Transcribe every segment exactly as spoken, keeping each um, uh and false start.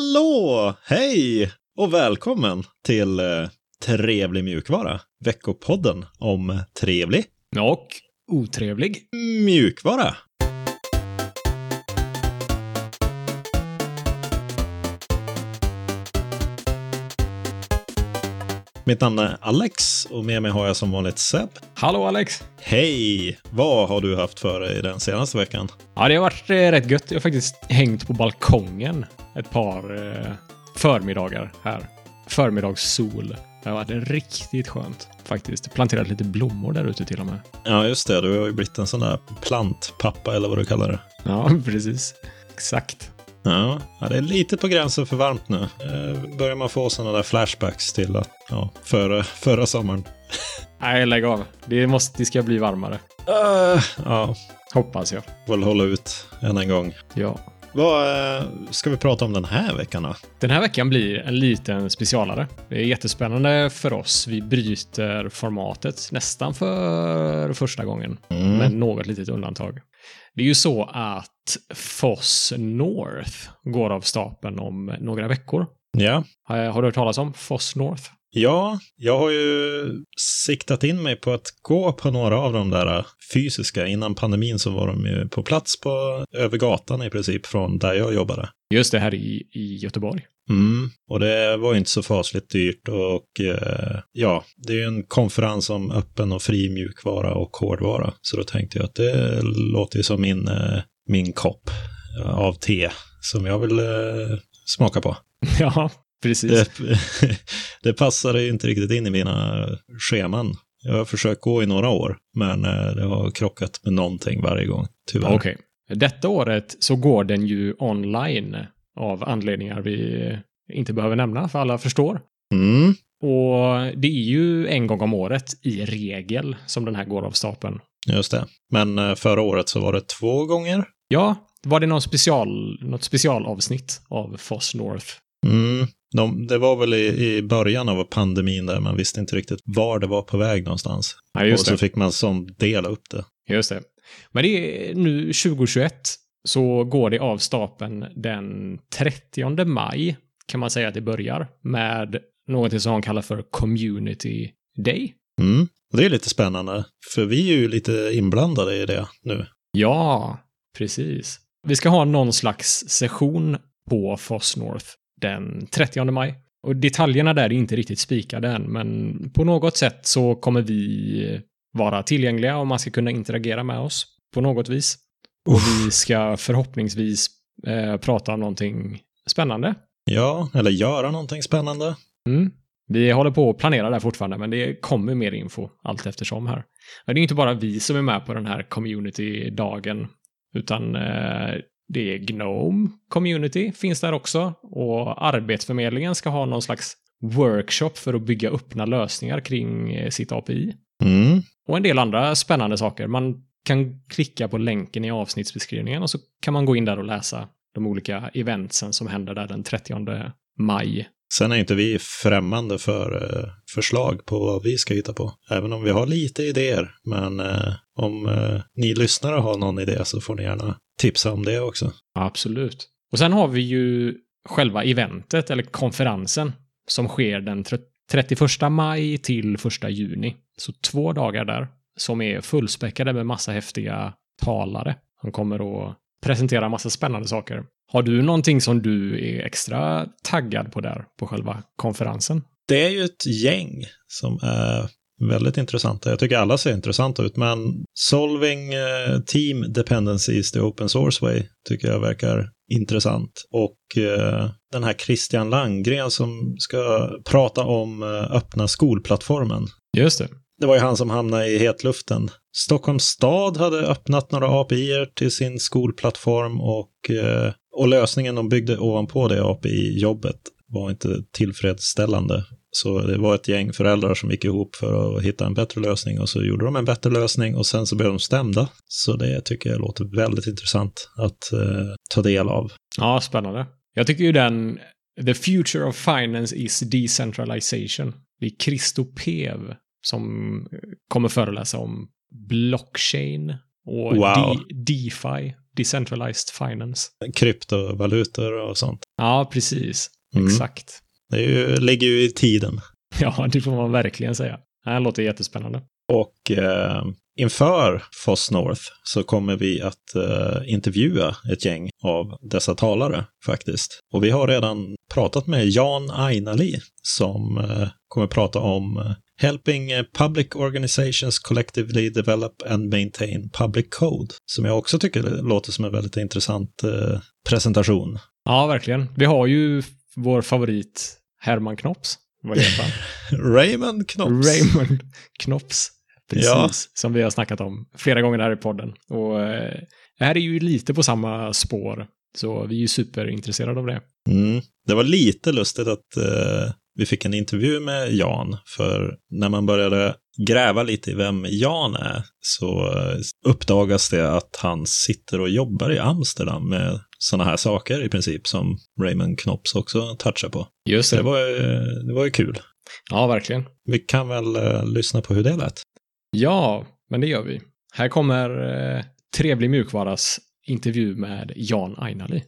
Hallå! Hej! Och välkommen till eh, Trevlig mjukvara. Veckopodden om trevlig och otrevlig mjukvara. Mitt namn är Alex och med mig har jag som vanligt Seb. Hallå Alex! Hej! Vad har du haft för dig den senaste veckan? Ja, det har varit eh, rätt gött. Jag har faktiskt hängt på balkongen ett par eh, förmiddagar här. Förmiddagssol. Det har varit riktigt skönt faktiskt. Planterat lite blommor där ute till och med. Ja, just det. Du har ju blivit en sån där plantpappa eller vad du kallar det. Ja, precis. Exakt. Ja, ja, det är lite på gränsen för varmt nu. Eh, börjar man få sådana där flashbacks till att, ja, förra, förra sommaren. Nej, lägg av. Det, måste, det ska bli varmare. Uh, ja, hoppas jag. Får hålla ut än en gång. Ja. Vad eh, ska vi prata om den här veckan då? Den här veckan blir en liten specialare. Det är jättespännande för oss. Vi bryter formatet nästan för första gången. Mm. Men något litet undantag. Det är ju så att Foss North går av stapeln om några veckor. Ja. Har, har du hört talas om Foss North? Ja, jag har ju siktat in mig på att gå på några av de där fysiska. Innan pandemin så var de ju på plats på över gatan i princip från där jag jobbade. Just det, här i, i Göteborg. Mm, och det var ju inte så fasligt dyrt och eh, ja, det är ju en konferens om öppen och fri mjukvara och hårdvara. Så då tänkte jag att det låter ju som min, eh, min kopp av te som jag vill eh, smaka på. Ja, precis. Det, det passade ju inte riktigt in i mina scheman. Jag har försökt gå i några år, men eh, det har krockat med någonting varje gång, tyvärr. Okej. Okay. Detta året så går den ju online av anledningar vi inte behöver nämna för alla förstår. Mm. Och det är ju en gång om året i regel som den här går av stapeln. Just det. Men förra året så var det två gånger. Ja, var det någon special, något specialavsnitt av Foss North? Mm. De, det var väl i, i början av pandemin där man visste inte riktigt var det var på väg någonstans. Ja, just och så det. Fick man som dela upp det. Just det. Men det är nu tjugohundratjugoett så går det av stapeln den trettionde maj kan man säga att det börjar med något som man kallar för Community Day. Mm, det är lite spännande för vi är ju lite inblandade i det nu. Ja, precis. Vi ska ha någon slags session på Foss North den trettionde maj. Och detaljerna där är inte riktigt spikade än, men på något sätt så kommer vi vara tillgängliga och man ska kunna interagera med oss på något vis. Och vi ska förhoppningsvis eh, prata om någonting spännande. Ja, eller göra någonting spännande. Mm. Vi håller på att planera där fortfarande, men det kommer mer info allt eftersom här. Men det är inte bara vi som är med på den här community-dagen, utan eh, det är Gnome Community finns där också. Och Arbetsförmedlingen ska ha någon slags workshop för att bygga öppna lösningar kring eh, sitt A P I. Mm. Och en del andra spännande saker. Man kan klicka på länken i avsnittsbeskrivningen och så kan man gå in där och läsa de olika eventsen som händer där den trettionde maj. Sen är inte vi främmande för eh, förslag på vad vi ska hitta på. Även om vi har lite idéer. Men eh, om eh, ni lyssnare har någon idé så får ni gärna tipsa om det också. Absolut. Och sen har vi ju själva eventet eller konferensen som sker den trettioförsta maj till första juni. Så två dagar där som är fullspäckade med massa häftiga talare. Han kommer att presentera massa spännande saker. Har du någonting som du är extra taggad på där på själva konferensen? Det är ju ett gäng som är väldigt intressanta. Jag tycker alla ser intressanta ut, men Solving uh, Team Dependencies the Open Source Way tycker jag verkar intressant. Och uh, den här Christian Langgren som ska prata om uh, öppna skolplattformen. Just det. Det var ju han som hamnade i hetluften. Stockholms stad hade öppnat några A P I-er till sin skolplattform och, uh, och lösningen de byggde ovanpå det A P I-jobbet var inte tillfredsställande. Så det var ett gäng föräldrar som gick ihop för att hitta en bättre lösning och så gjorde de en bättre lösning och sen så blev de stämda. Så det tycker jag låter väldigt intressant att uh, ta del av. Ja, spännande. Jag tycker ju den The Future of Finance is Decentralization. Det är Christo Pev som kommer föreläsa om blockchain och wow. D- DeFi, Decentralized Finance. Kryptovalutor och sånt. Ja, precis. Mm. Exakt. Det är ju, ligger ju i tiden. Ja, det får man verkligen säga. Det här låter jättespännande. Och eh, inför F O S North så kommer vi att eh, intervjua ett gäng av dessa talare faktiskt. Och vi har redan pratat med Jan Ainali som eh, kommer prata om eh, Helping Public Organizations Collectively Develop and Maintain Public Code, som jag också tycker låter som en väldigt intressant eh, presentation. Ja, verkligen. Vi har ju vår favorit Herman Knops. Vad heter han? Raymond Knops. Raymond Knops. Precis, ja. Som vi har snackat om flera gånger här i podden. Och eh, det här är ju lite på samma spår, så vi är ju superintresserade av det. Mm. Det var lite lustigt att eh, vi fick en intervju med Jan, för när man började gräva lite i vem Jan är så uppdagas det att han sitter och jobbar i Amsterdam med såna här saker i princip som Raymond Knops också touchar på. Just det. Det var, det var ju kul. Ja, verkligen. Vi kan väl uh, lyssna på hur det lät. Ja, men det gör vi. Här kommer uh, Trevlig mjukvaras intervju med Jan Ainali.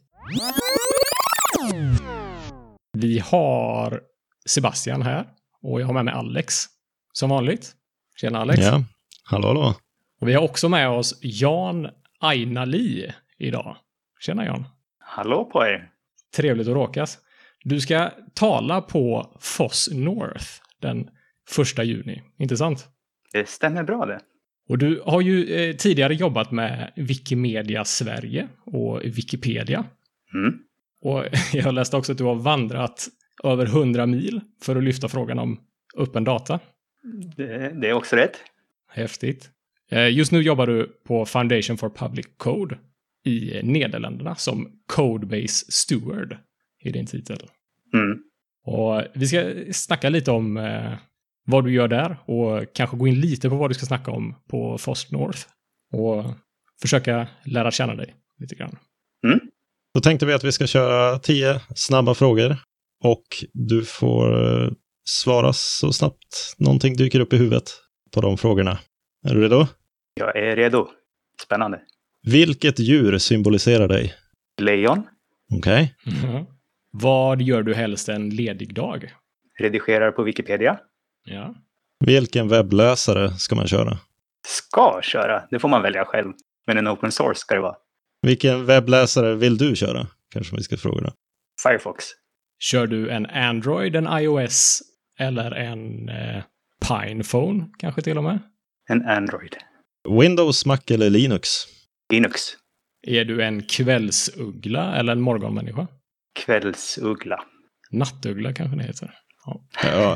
Vi har Sebastian här och jag har med mig Alex som vanligt. Tjena Alex. Ja, hallå hallå. Och vi har också med oss Jan Ainali idag. Tjena Jan. Hallå på er. Trevligt att råkas. Du ska tala på F O S North den första juni, inte sant? Det stämmer bra det. Och du har ju eh, tidigare jobbat med Wikimedia Sverige och Wikipedia. Mm. Och jag läste också att du har vandrat över hundra mil för att lyfta frågan om öppen data. Det, det är också rätt. Häftigt. Eh, just nu jobbar du på Foundation for Public Code i Nederländerna som Codebase Steward i din titel. Mm. Och vi ska snacka lite om eh, vad du gör där och kanske gå in lite på vad du ska snacka om på F O S North och försöka lära känna dig lite grann. Mm. Då tänkte vi att vi ska köra tio snabba frågor och du får svara så snabbt någonting dyker upp i huvudet på de frågorna. Är du redo? Jag är redo. Spännande. Vilket djur symboliserar dig? Lejon. Okej. Okay. Mm. Vad gör du helst en ledig dag? Redigerar på Wikipedia. Ja. Vilken webbläsare ska man köra? Ska köra. Det får man välja själv. Men en open source ska det vara. Vilken webbläsare vill du köra? Kanske vi ska fråga då. Firefox. Kör du en Android, en iOS eller en eh, Pinephone kanske till och med? En Android. Windows, Mac eller Linux? Linux. Är du en kvällsuggla eller en morgonmänniska? Kvällsuggla. Nattuggla kanske det heter. Ja. Ja.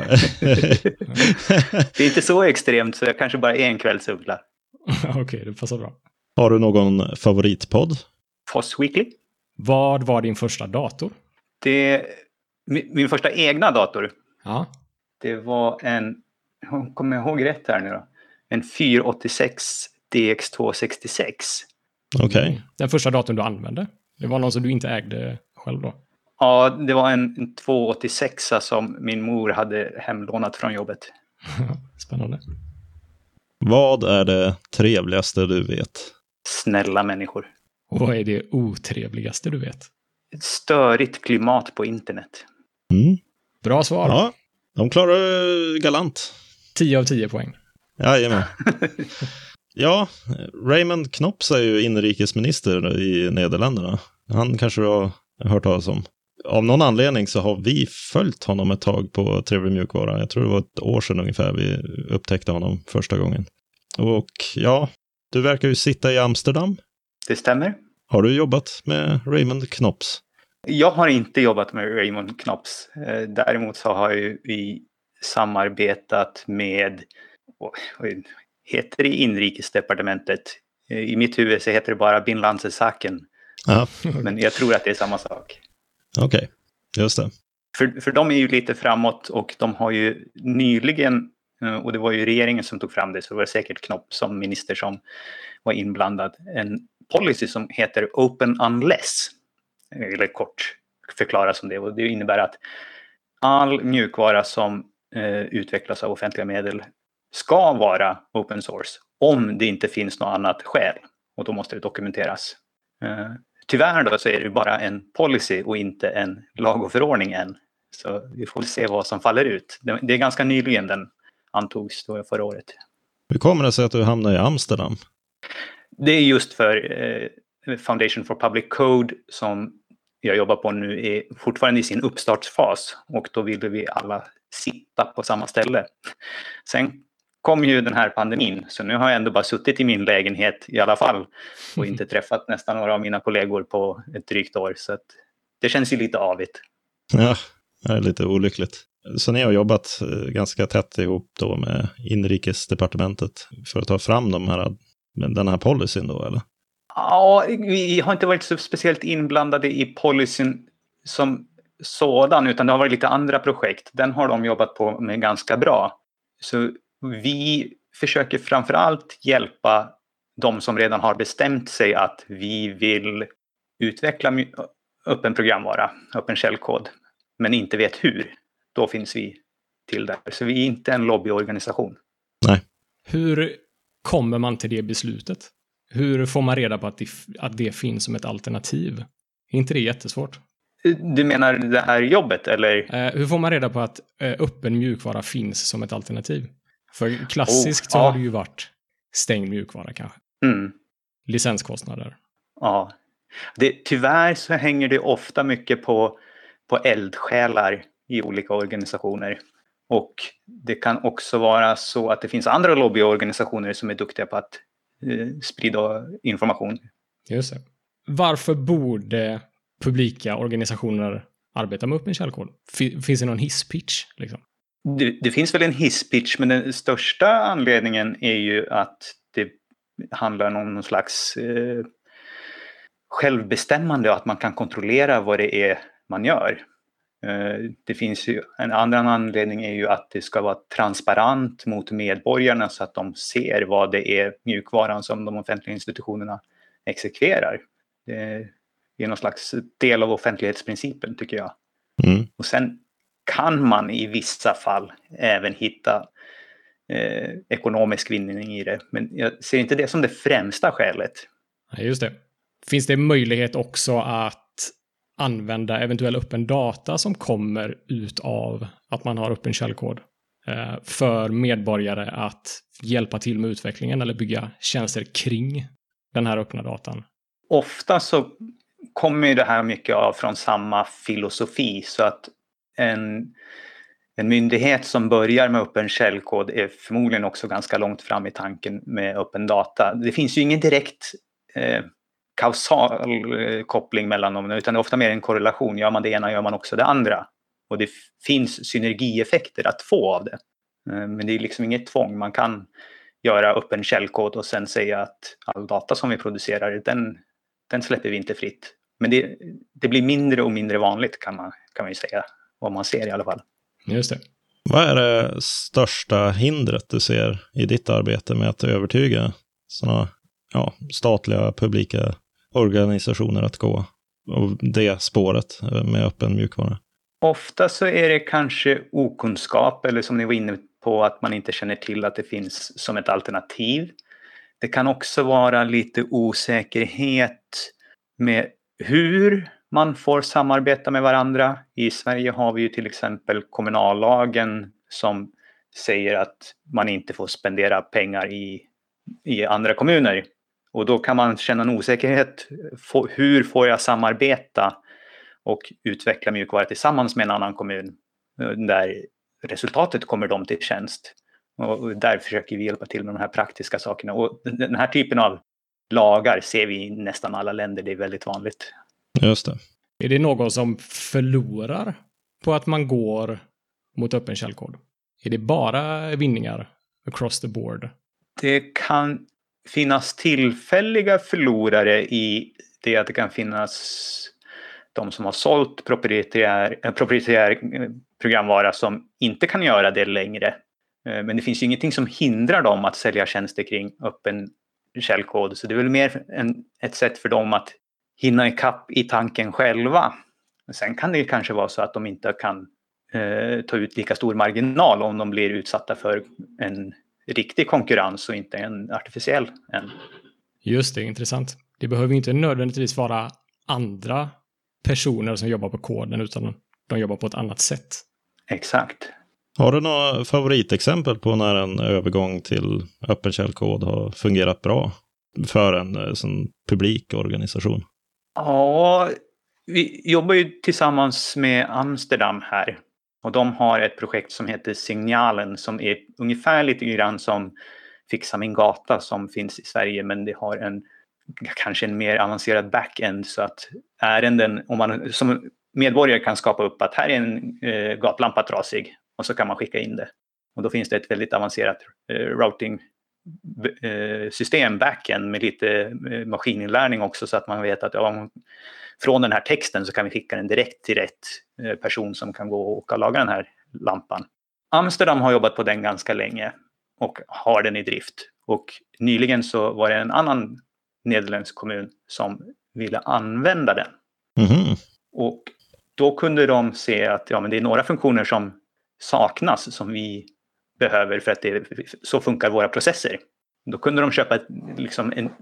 Det är inte så extremt så jag kanske bara är en kvällsuggla. Okej, okay, det passar bra. Har du någon favoritpodd? F O S Weekly. Vad var din första dator? Det, min, min första egna dator. Ja. Det var en, kommer jag ihåg rätt här nu då? En fyrahundraåttiosex D X tvåhundrasextiosex. Okej. Okay. Den första datorn du använde? Det var någon som du inte ägde själv då? Ja, det var en, en tvåhundraåttiosex som min mor hade hemlånat från jobbet. Spännande. Vad är det trevligaste du vet? Snälla människor. Och vad är det otrevligaste du vet? Ett störigt klimat på internet. Mm. Bra svar. Ja, de klarar galant. tio av tio poäng. Jajamän. Ja, Raymond Knops är ju inrikesminister i Nederländerna. Han kanske du har hört talas om. Av någon anledning så har vi följt honom ett tag på Trevlig mjukvara. Jag tror det var ett år sedan ungefär vi upptäckte honom första gången. Och ja, du verkar ju sitta i Amsterdam. Det stämmer. Har du jobbat med Raymond Knops? Jag har inte jobbat med Raymond Knops. Däremot så har ju vi samarbetat med, vad heter det, inrikesdepartementet. I mitt huvud så heter det bara Binlandsesaken. Ja. Men jag tror att det är samma sak. Okej, okay. Just det. För, för de är ju lite framåt och de har ju nyligen, och det var ju regeringen som tog fram det, så det var säkert Knopp som minister som var inblandad, en policy som heter Open Unless. Eller kort förklara som det. Och det innebär att all mjukvara som eh, utvecklas av offentliga medel ska vara open source om det inte finns något annat skäl. Och då måste det dokumenteras. Eh, tyvärr då så är det bara en policy och inte en lag och förordning än. Så vi får se vad som faller ut. Det är ganska nyligen den antogs då förra året. Hur kommer det sig att du hamnar i Amsterdam? Det är just för eh, Foundation for Public Code som jag jobbar på nu är fortfarande i sin uppstartsfas. Och då ville vi alla sitta på samma ställe. Sen kom ju den här pandemin. Så nu har jag ändå bara suttit i min lägenhet i alla fall. Och inte träffat nästan några av mina kollegor på ett drygt år. Så att det känns ju lite avigt. Ja, det är lite olyckligt. Så ni har jobbat ganska tätt ihop då med inrikesdepartementet för att ta fram de här, den här policyn då, eller? Ja, vi har inte varit så speciellt inblandade i policyn som sådan, utan det har varit lite andra projekt. Den har de jobbat på med ganska bra. Så vi försöker framförallt hjälpa de som redan har bestämt sig att vi vill utveckla öppen programvara, öppen källkod, men inte vet hur. Då finns vi till där. Så vi är inte en lobbyorganisation. Nej. Hur kommer man till det beslutet? Hur får man reda på att det, att det finns som ett alternativ? Är inte det jättesvårt? Du menar det här jobbet, eller? Eh, hur får man reda på att eh, öppen mjukvara finns som ett alternativ? För klassiskt oh, så ja. har det ju varit stängd mjukvara kanske. Mm. Licenskostnader. Ja. Det, tyvärr så hänger det ofta mycket på, på eldsjälar i olika organisationer. Och det kan också vara så att det finns andra lobbyorganisationer som är duktiga på att eh, sprida information. Just det. Varför borde publika organisationer arbeta med öppen källkod? Finns det någon hisspitch? Liksom? Det, det finns väl en hisspitch, men den största anledningen är ju att det handlar om någon slags eh, självbestämmande och att man kan kontrollera vad det är man gör. Det finns ju en annan anledning är ju att det ska vara transparent mot medborgarna så att de ser vad det är mjukvaran som de offentliga institutionerna exekverar. Det är någon slags del av offentlighetsprincipen, tycker jag. Mm. Och sen kan man i vissa fall även hitta eh, ekonomisk vinning i det. Men jag ser inte det som det främsta skälet. Ja, just det. Finns det möjlighet också att använda eventuell öppen data som kommer ut av att man har öppen källkod eh, för medborgare att hjälpa till med utvecklingen eller bygga tjänster kring den här öppna datan? Ofta så kommer ju det här mycket av från samma filosofi, så att en, en myndighet som börjar med öppen källkod är förmodligen också ganska långt fram i tanken med öppen data. Det finns ju ingen direkt eh, kausal koppling mellan dem, utan det är ofta mer en korrelation. Gör man det ena gör man också det andra. Och det finns synergieffekter att få av det. Men det är liksom inget tvång. Man kan göra öppen källkod och sen säga att all data som vi producerar, den, den släpper vi inte fritt. Men det, det blir mindre och mindre vanligt, kan man, kan man ju säga. Vad man ser i alla fall. Just det. Vad är det största hindret du ser i ditt arbete med att övertyga sådana ja, statliga, publika organisationer att gå och det spåret med öppen mjukvara? Ofta så är det kanske okunskap, eller som ni var inne på, att man inte känner till att det finns som ett alternativ. Det kan också vara lite osäkerhet med hur man får samarbeta med varandra. I Sverige har vi ju till exempel kommunallagen som säger att man inte får spendera pengar i, i andra kommuner. Och då kan man känna en osäkerhet. Hur får jag samarbeta och utveckla mjukvara tillsammans med en annan kommun där resultatet kommer dem till tjänst. Och där försöker vi hjälpa till med de här praktiska sakerna. Och den här typen av lagar ser vi i nästan alla länder. Det är väldigt vanligt. Just det. Är det någon som förlorar på att man går mot öppen källkod? Är det bara vinningar across the board? Det kan finnas tillfälliga förlorare i det att det kan finnas de som har sålt proprietär, proprietär programvara som inte kan göra det längre. Men det finns ju ingenting som hindrar dem att sälja tjänster kring öppen källkod. Så det är väl mer en, ett sätt för dem att hinna ikapp i tanken själva. Sen kan det ju kanske vara så att de inte kan eh, ta ut lika stor marginal om de blir utsatta för en riktig konkurrens och inte en artificiell än. Just det, intressant. Det behöver inte nödvändigtvis vara andra personer som jobbar på koden, utan de jobbar på ett annat sätt. Exakt. Har du några favoritexempel på när en övergång till öppen källkod har fungerat bra för en sån publik organisation? Ja, vi jobbar ju tillsammans med Amsterdam här. Och de har ett projekt som heter Signalen som är ungefär lite grann som Fixa min gata som finns i Sverige, men det har en kanske en mer avancerad backend så att ärenden, om man som medborgare kan skapa upp att här är en eh, gatlampa trasig och så kan man skicka in det. Och då finns det ett väldigt avancerat eh, routing eh, system backend med lite eh, maskininlärning också så att man vet att ja, från den här texten så kan vi skicka den direkt till rätt eh, person som kan gå och åka och laga den här lampan. Amsterdam har jobbat på den ganska länge och har den i drift. Och nyligen så var det en annan nederländsk kommun som ville använda den. Mm-hmm. Och då kunde de se att ja, men det är några funktioner som saknas som vi behöver för att det, så funkar våra processer. Då kunde de köpa ett, liksom en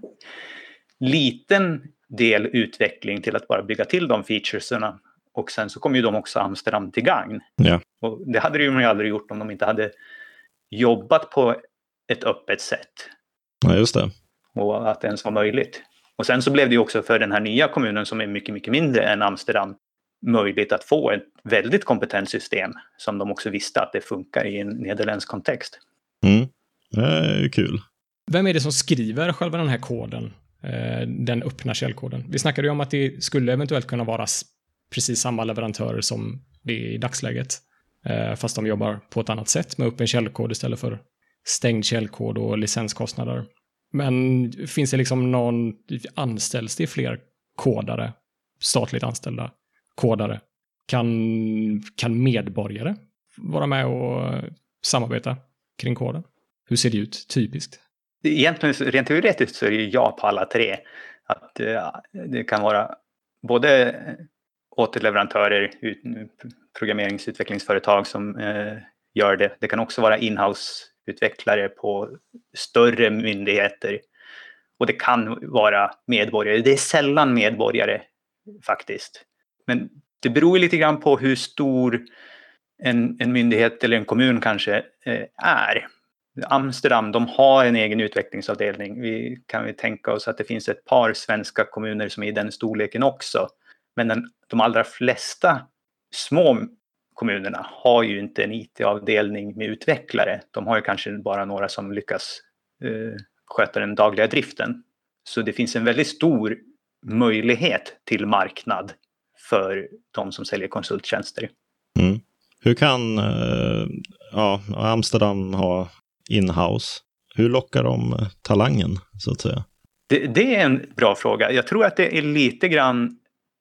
liten del utveckling till att bara bygga till de featuresarna. Och sen så kom ju de också Amsterdam till gagn. Ja. Och det hade de ju aldrig gjort om de inte hade jobbat på ett öppet sätt. Ja, just det. Och att det ens var möjligt. Och sen så blev det ju också för den här nya kommunen som är mycket, mycket mindre än Amsterdam möjligt att få ett väldigt kompetent system som de också visste att det funkar i en nederländsk kontext. Mm. Det är ju kul. Vem är det som skriver själva den här koden? Den öppna källkoden. Vi snackade ju om att det skulle eventuellt kunna vara precis samma leverantörer som det är i dagsläget. Fast de jobbar på ett annat sätt med öppen källkod istället för stängd källkod och licenskostnader. Men finns det liksom någon, anställs det fler kodare, statligt anställda kodare? Kan, kan medborgare vara med och samarbeta kring koden? Hur ser det ut typiskt? Egentligen rent teoretiskt så är det ja på alla tre. Att ja, det kan vara både återleverantörer, programmeringsutvecklingsföretag som eh, gör det. Det kan också vara in-house-utvecklare på större myndigheter. Och det kan vara medborgare. Det är sällan medborgare faktiskt. Men det beror lite grann på hur stor en, en myndighet eller en kommun kanske eh, är. Amsterdam, de har en egen utvecklingsavdelning. Vi kan vi tänka oss att det finns ett par svenska kommuner som är i den storleken också. Men den, de allra flesta små kommunerna har ju inte en I T-avdelning med utvecklare. De har ju kanske bara några som lyckas eh, sköta den dagliga driften. Så det finns en väldigt stor möjlighet till marknad för de som säljer konsulttjänster. Mm. Hur kan eh, ja, Amsterdam ha in-house? Hur lockar de talangen, så att säga? Det, det är en bra fråga. Jag tror att det är lite grann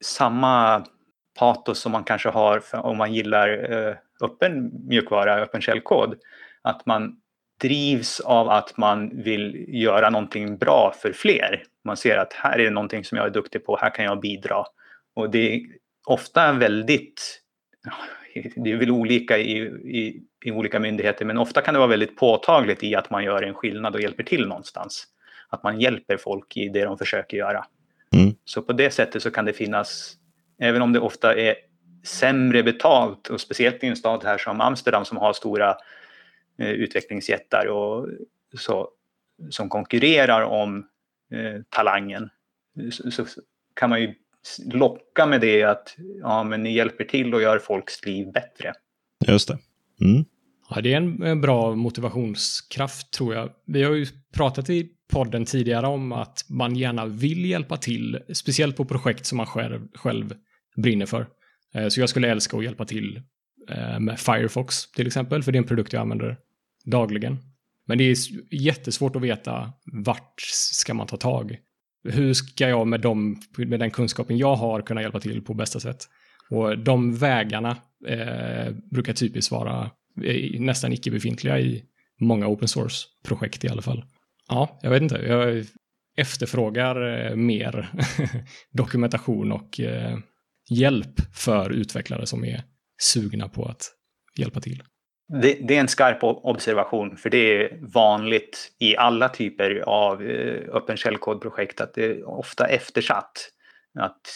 samma patos som man kanske har för om man gillar eh, öppen mjukvara, öppen källkod. Att man drivs av att man vill göra någonting bra för fler. Man ser att här är det någonting som jag är duktig på, här kan jag bidra. Och det är ofta väldigt, det är väl olika i, i, i olika myndigheter, men ofta kan det vara väldigt påtagligt i att man gör en skillnad och hjälper till någonstans. Att man hjälper folk i det de försöker göra. Mm. Så på det sättet så kan det finnas, även om det ofta är sämre betalt, och speciellt i en stad här som Amsterdam som har stora eh, utvecklingsjättar och så, som konkurrerar om eh, talangen, så, så kan man ju locka med det att ja, men ni hjälper till och gör folks liv bättre. Just det. Mm. Ja, det är en, en bra motivationskraft, tror jag. Vi har ju pratat i podden tidigare om att man gärna vill hjälpa till, speciellt på projekt som man själv, själv brinner för. Så jag skulle älska att hjälpa till med Firefox till exempel, för det är en produkt jag använder dagligen. Men det är jättesvårt att veta vart ska man ta tag. Hur ska jag med, dem, med den kunskapen jag har kunna hjälpa till på bästa sätt? Och de vägarna eh, brukar typiskt vara eh, nästan icke-befintliga i många open source-projekt i alla fall. Ja, jag vet inte. Jag efterfrågar eh, mer dokumentation och eh, hjälp för utvecklare som är sugna på att hjälpa till. Det, det är en skarp observation, för det är vanligt i alla typer av öppen källkodprojekt att det är ofta eftersatt. Att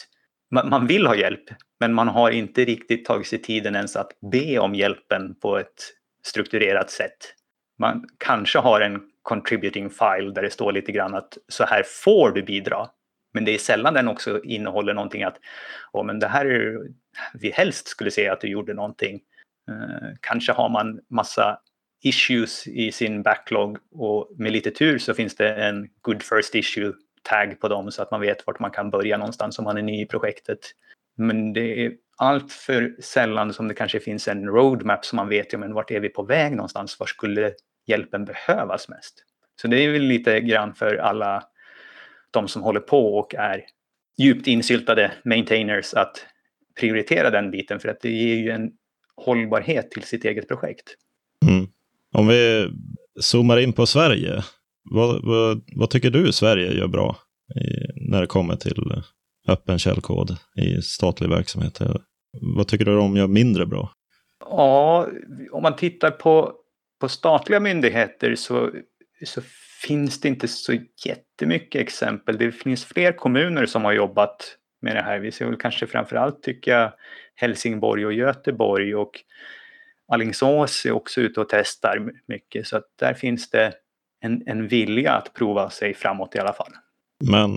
man, man vill ha hjälp, men man har inte riktigt tagit sig tiden ens att be om hjälpen på ett strukturerat sätt. Man kanske har en contributing file där det står lite grann att så här får du bidra. Men det är sällan den också innehåller någonting att oh, men det här är, vi helst skulle se att du gjorde någonting. Uh, kanske har man massa issues i sin backlog och med lite tur så finns det en good first issue tag på dem så att man vet vart man kan börja någonstans om man är ny i projektet. Men det är allt för sällan som det kanske finns en roadmap som man vet ja, men vart är vi på väg någonstans, var skulle hjälpen behövas mest. Så det är väl lite grann för alla de som håller på och är djupt insyltade maintainers att prioritera den biten för att det ger ju en hållbarhet till sitt eget projekt. Mm. Om vi zoomar in på Sverige, vad, vad, vad tycker du Sverige gör bra i, när det kommer till öppen källkod i statlig verksamhet? Vad tycker du de gör mindre bra? Ja, om man tittar på, på statliga myndigheter så, så finns det inte så jättemycket exempel. Det finns fler kommuner som har jobbat med det här. Vi ser väl kanske framförallt tycker jag Helsingborg och Göteborg och Alingsås är också ute och testar mycket. Så att där finns det en, en vilja att prova sig framåt i alla fall. Men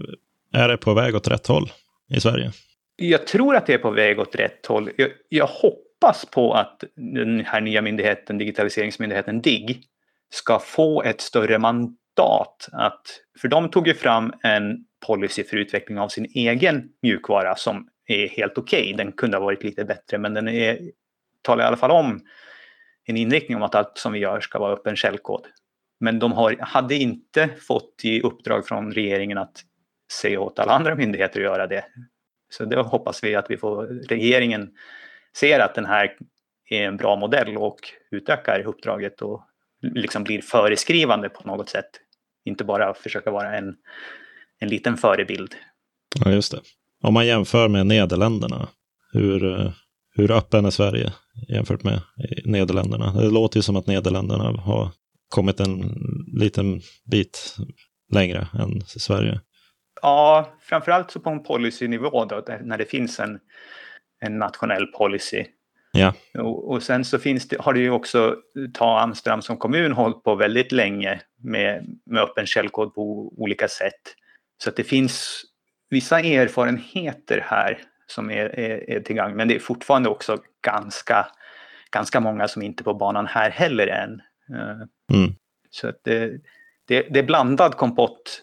är det på väg åt rätt håll i Sverige? Jag tror att det är på väg åt rätt håll. Jag, jag hoppas på att den här nya myndigheten, digitaliseringsmyndigheten D I G, ska få ett större mandat. Att, för de tog ju fram en policy för utveckling av sin egen mjukvara som är helt okej. Okay. Den kunde ha varit lite bättre men den är, talar i alla fall om en inriktning om att allt som vi gör ska vara öppen källkod. Men de har, hade inte fått i uppdrag från regeringen att säga åt alla andra myndigheter att göra det. Så då hoppas vi att vi får, regeringen ser att den här är en bra modell och utökar uppdraget och liksom blir föreskrivande på något sätt. Inte bara försöka vara en, en liten förebild. Ja, just det. Om man jämför med Nederländerna, hur, hur öppen är Sverige jämfört med Nederländerna? Det låter ju som att Nederländerna har kommit en liten bit längre än Sverige. Ja, framförallt så på en policynivå då, när det finns en, en nationell policy. Ja. Och, och sen så finns det, har det ju också, ta Amsterdam som kommun, hållit på väldigt länge med, med öppen källkod på olika sätt. Så att det finns vissa erfarenheter här som är, är, är till gång. Men det är fortfarande också ganska, ganska många som inte är på banan här heller än. Mm. Så att det, det, det är blandad kompott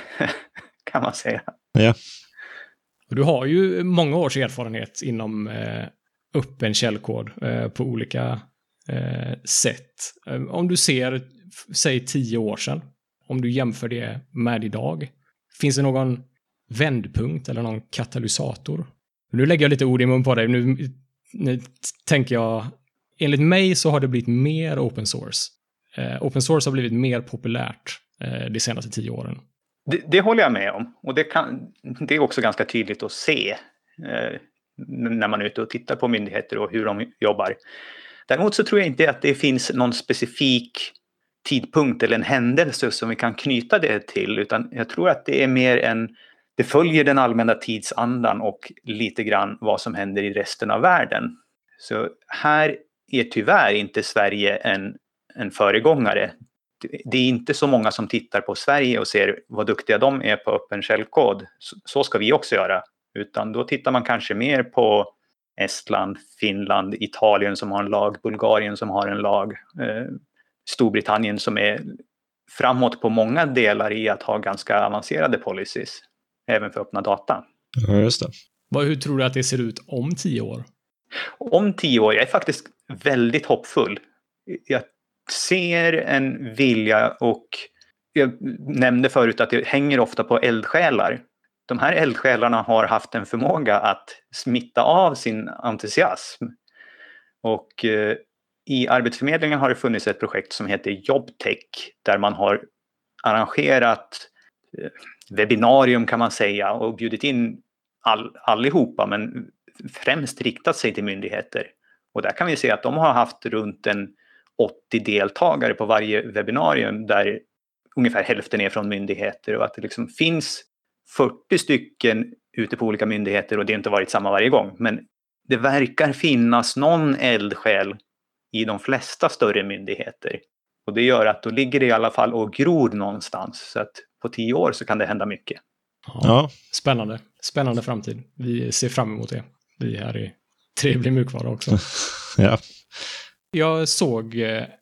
kan man säga. Ja. Och du har ju många års erfarenhet inom eh, öppen källkod eh, på olika eh, sätt. Eh, om du ser, säg tio år sedan, om du jämför det med idag, finns det någon vändpunkt eller någon katalysator? Nu lägger jag lite ord i mun på dig. Nu, nu tänker jag, enligt mig så har det blivit mer open source. Eh, open source har blivit mer populärt eh, de senaste tio åren. Det, det håller jag med om. Och det, kan, det är också ganska tydligt att se eh, när man är ute och tittar på myndigheter och hur de jobbar. Däremot så tror jag inte att det finns någon specifik tidpunkt eller en händelse som vi kan knyta det till. Utan jag tror att det är mer en, det följer den allmänna tidsandan och lite grann vad som händer i resten av världen. Så här är tyvärr inte Sverige en, en föregångare. Det är inte så många som tittar på Sverige och ser vad duktiga de är på öppen källkod. Så ska vi också göra. Utan då tittar man kanske mer på Estland, Finland, Italien som har en lag, Bulgarien som har en lag, eh, Storbritannien som är framåt på många delar i att ha ganska avancerade policies. Även för öppna data. Ja, just det. Vad, hur tror du att det ser ut om tio år? Om tio år, jag är faktiskt väldigt hoppfull. Jag ser en vilja och jag nämnde förut att det hänger ofta på eldsjälar. De här eldsjälarna har haft en förmåga att smitta av sin entusiasm. Och eh, i Arbetsförmedlingen har det funnits ett projekt som heter Jobtech där man har arrangerat eh, webbinarium kan man säga och bjudit in all, allihopa men främst riktat sig till myndigheter. Och där kan vi se att de har haft runt en åttio deltagare på varje webbinarium där ungefär hälften är från myndigheter och att det liksom finns fyrtio stycken ute på olika myndigheter och det har inte varit samma varje gång. Men det verkar finnas någon eldsjäl i de flesta större myndigheter. Och det gör att då ligger det i alla fall och gror någonstans. Så att på tio år så kan det hända mycket. Ja, ja. Spännande. Spännande framtid. Vi ser fram emot det. Vi här är trevlig mjukvara också. Ja. Jag såg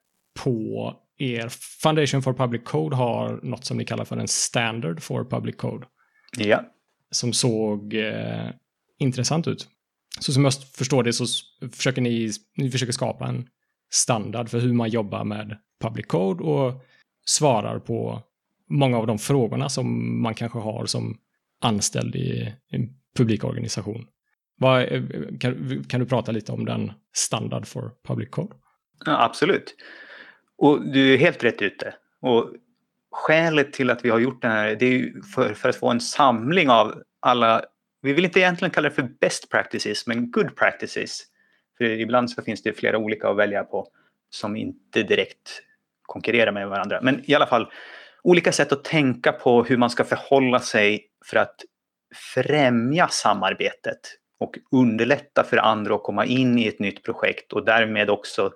på er Foundation for Public Code har något som ni kallar för en Standard for Public Code. Ja. Som såg eh, intressant ut. Så som jag förstår det så försöker ni, ni försöker skapa en standard för hur man jobbar med public code och svarar på många av de frågorna som man kanske har som anställd i en publikorganisation. Vad, kan, kan du prata lite om den standard for public code? Ja, absolut. Och du är helt rätt ute. Och skälet till att vi har gjort det här, det är ju för, för att få en samling av alla, vi vill inte egentligen kalla det för best practices, men good practices. För ibland så finns det flera olika att välja på som inte direkt konkurrerar med varandra. Men i alla fall, olika sätt att tänka på hur man ska förhålla sig för att främja samarbetet och underlätta för andra att komma in i ett nytt projekt och därmed också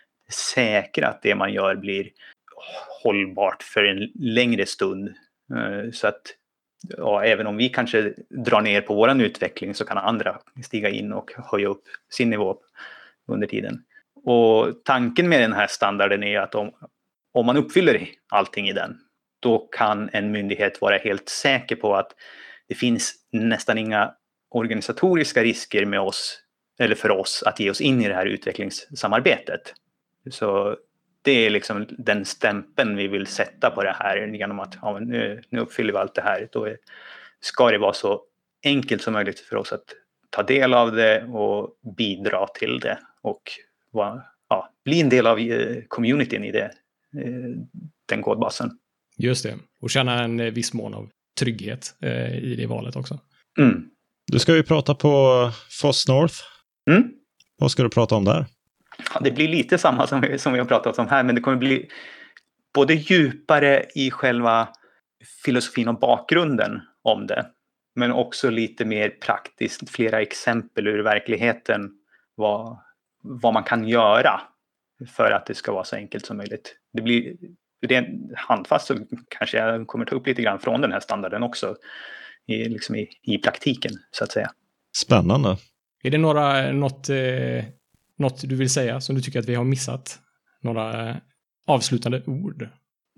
säkra att det man gör blir hållbart för en längre stund. Så att ja, även om vi kanske drar ner på våran utveckling så kan andra stiga in och höja upp sin nivå under tiden. Och tanken med den här standarden är att om, om man uppfyller allting i den, då kan en myndighet vara helt säker på att det finns nästan inga organisatoriska risker med oss eller för oss att ge oss in i det här utvecklingssamarbetet. Så det är liksom den stämpeln vi vill sätta på det här genom att ja, nu, nu uppfyller vi allt det här. Då är, ska det vara så enkelt som möjligt för oss att ta del av det och bidra till det och ja, bli en del av communityn i det, den kodbasen. Just det, och känna en viss mån av trygghet eh, i det valet också. Mm. Du ska ju prata på F O S North. Mm. Vad ska du prata om där? Ja, det blir lite samma som vi, som vi har pratat om här, men det kommer bli både djupare i själva filosofin och bakgrunden om det, men också lite mer praktiskt, flera exempel ur verkligheten vad, vad man kan göra för att det ska vara så enkelt som möjligt. Det blir det är handfast så kanske jag kommer ta upp lite grann från den här standarden också i, liksom i, i praktiken så att säga. Spännande. Är det några, något, eh, något du vill säga som du tycker att vi har missat? Några eh, avslutande ord?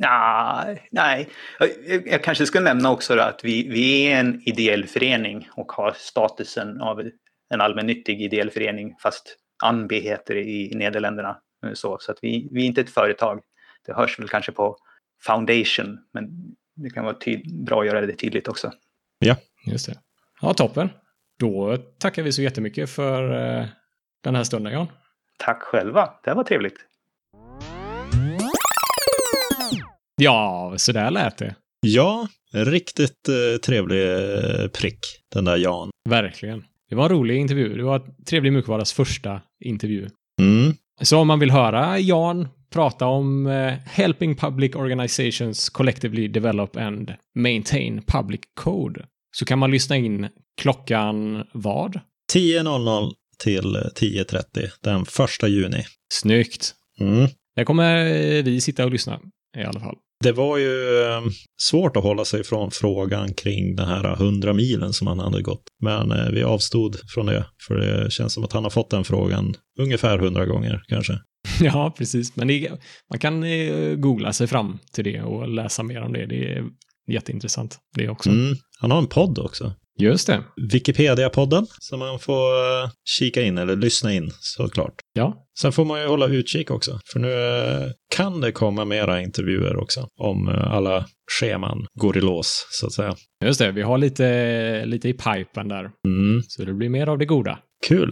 Nej, nej. Jag, jag kanske ska nämna också då att vi, vi är en ideell förening och har statusen av en allmännyttig ideell förening fast A N B heter det i Nederländerna. Så, så att vi, vi är inte ett företag. Det hörs väl kanske på foundation, men det kan vara tyd- bra att göra det tydligt också. Ja, just det. Ja, toppen. Då tackar vi så jättemycket för eh, den här stunden, Jan. Tack själva. Det var trevligt. Ja, så där lät det. Ja, riktigt eh, trevlig eh, prick, den där Jan. Verkligen. Det var en rolig intervju. Det var trevlig mjukvaras första intervju. Mm. Så om man vill höra Jan prata om eh, helping public organizations collectively develop and maintain public code så kan man lyssna in klockan vad? tio noll noll till tio trettio den första juni. Snyggt. Mm. Där kommer vi sitta och lyssna i alla fall. Det var ju eh, svårt att hålla sig från frågan kring den här hundra milen som han hade gått. Men eh, vi avstod från det. För det känns som att han har fått den frågan ungefär hundra gånger kanske. Ja, precis. Men det, man kan eh, googla sig fram till det och läsa mer om det. Det är jätteintressant det också. Mm. Han har en podd också. Just det. Wikipedia-podden som man får uh, kika in eller lyssna in såklart. Ja. Sen får man ju hålla utkik också. För nu uh, kan det komma mera intervjuer också. Om uh, alla scheman går i lås så att säga. Just det, vi har lite, lite i pipen där. Mm. Så det blir mer av det goda. Kul.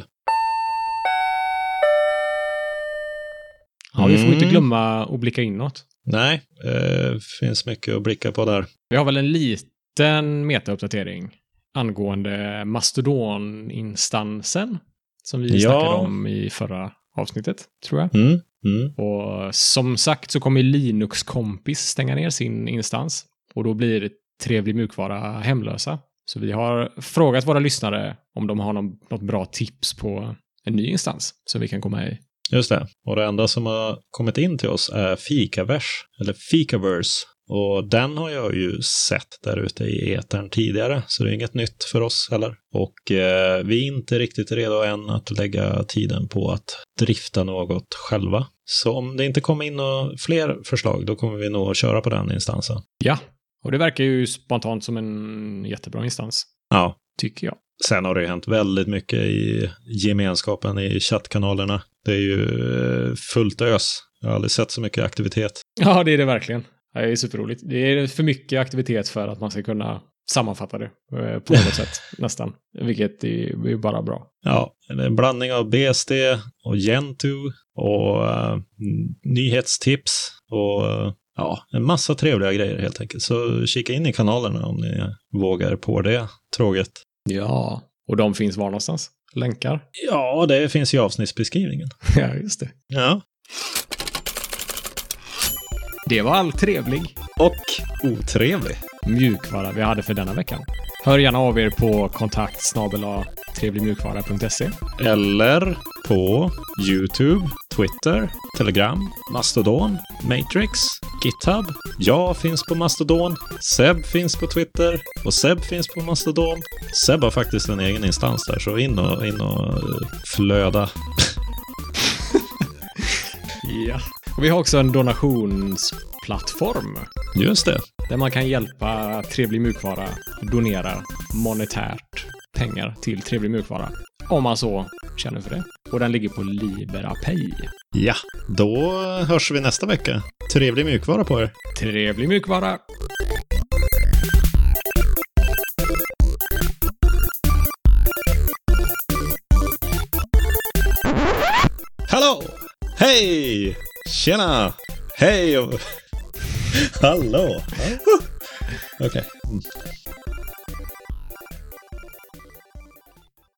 Ja, vi får inte glömma att blicka inåt. Nej, det uh, finns mycket att blicka på där. Vi har väl en liten metauppdatering angående Mastodon-instansen som vi ja. snackade om i förra avsnittet, tror jag. Mm, mm. Och som sagt så kommer Linux-kompis stänga ner sin instans och då blir Trevlig mjukvara hemlösa. Så vi har frågat våra lyssnare om de har någon, något bra tips på en ny instans som vi kan komma med i. Just det. Och det enda som har kommit in till oss är Fikaverse, eller Fikaverse. Och den har jag ju sett där ute i etern tidigare, så det är inget nytt för oss heller. Och eh, vi är inte riktigt redo än att lägga tiden på att drifta något själva. Så om det inte kommer in några fler förslag, då kommer vi nog att köra på den instansen. Ja, och det verkar ju spontant som en jättebra instans. Ja. Tycker jag. Sen har det ju hänt väldigt mycket i gemenskapen, i chattkanalerna. Det är ju fullt ös. Jag har aldrig sett så mycket aktivitet. Ja, det är det verkligen. Det är superroligt. Det är för mycket aktivitet för att man ska kunna sammanfatta det på något sätt nästan. Vilket är ju bara bra. Ja, en blandning av B S D och Gentoo och uh, nyhetstips och uh, ja, en massa trevliga grejer helt enkelt. Så kika in i kanalerna om ni vågar på det tråget. Ja, och de finns var någonstans? Länkar? Ja, det finns i avsnittsbeskrivningen. Ja, just det. Ja. Det var all trevlig och otrevlig mjukvara vi hade för denna veckan. Hör gärna av er på kontakt snabel-a trevligmjukvara punkt se eller på YouTube, Twitter, Telegram, Mastodon, Matrix, GitHub. Jag finns på Mastodon, Seb finns på Twitter och Seb finns på Mastodon. Seb har faktiskt en egen instans där, så in och, in och flöda. Ja. Och vi har också en donationsplattform. Just det. Där man kan hjälpa Trevlig mjukvara donera monetärt pengar till Trevlig mjukvara. Om man så känner för det. Och den ligger på Liberapay. Ja, då hörs vi nästa vecka. Trevlig mjukvara på er. Trevlig mjukvara. Hallå! Hej! Tjena! Hej! Och... Hallå! Okej. Okay.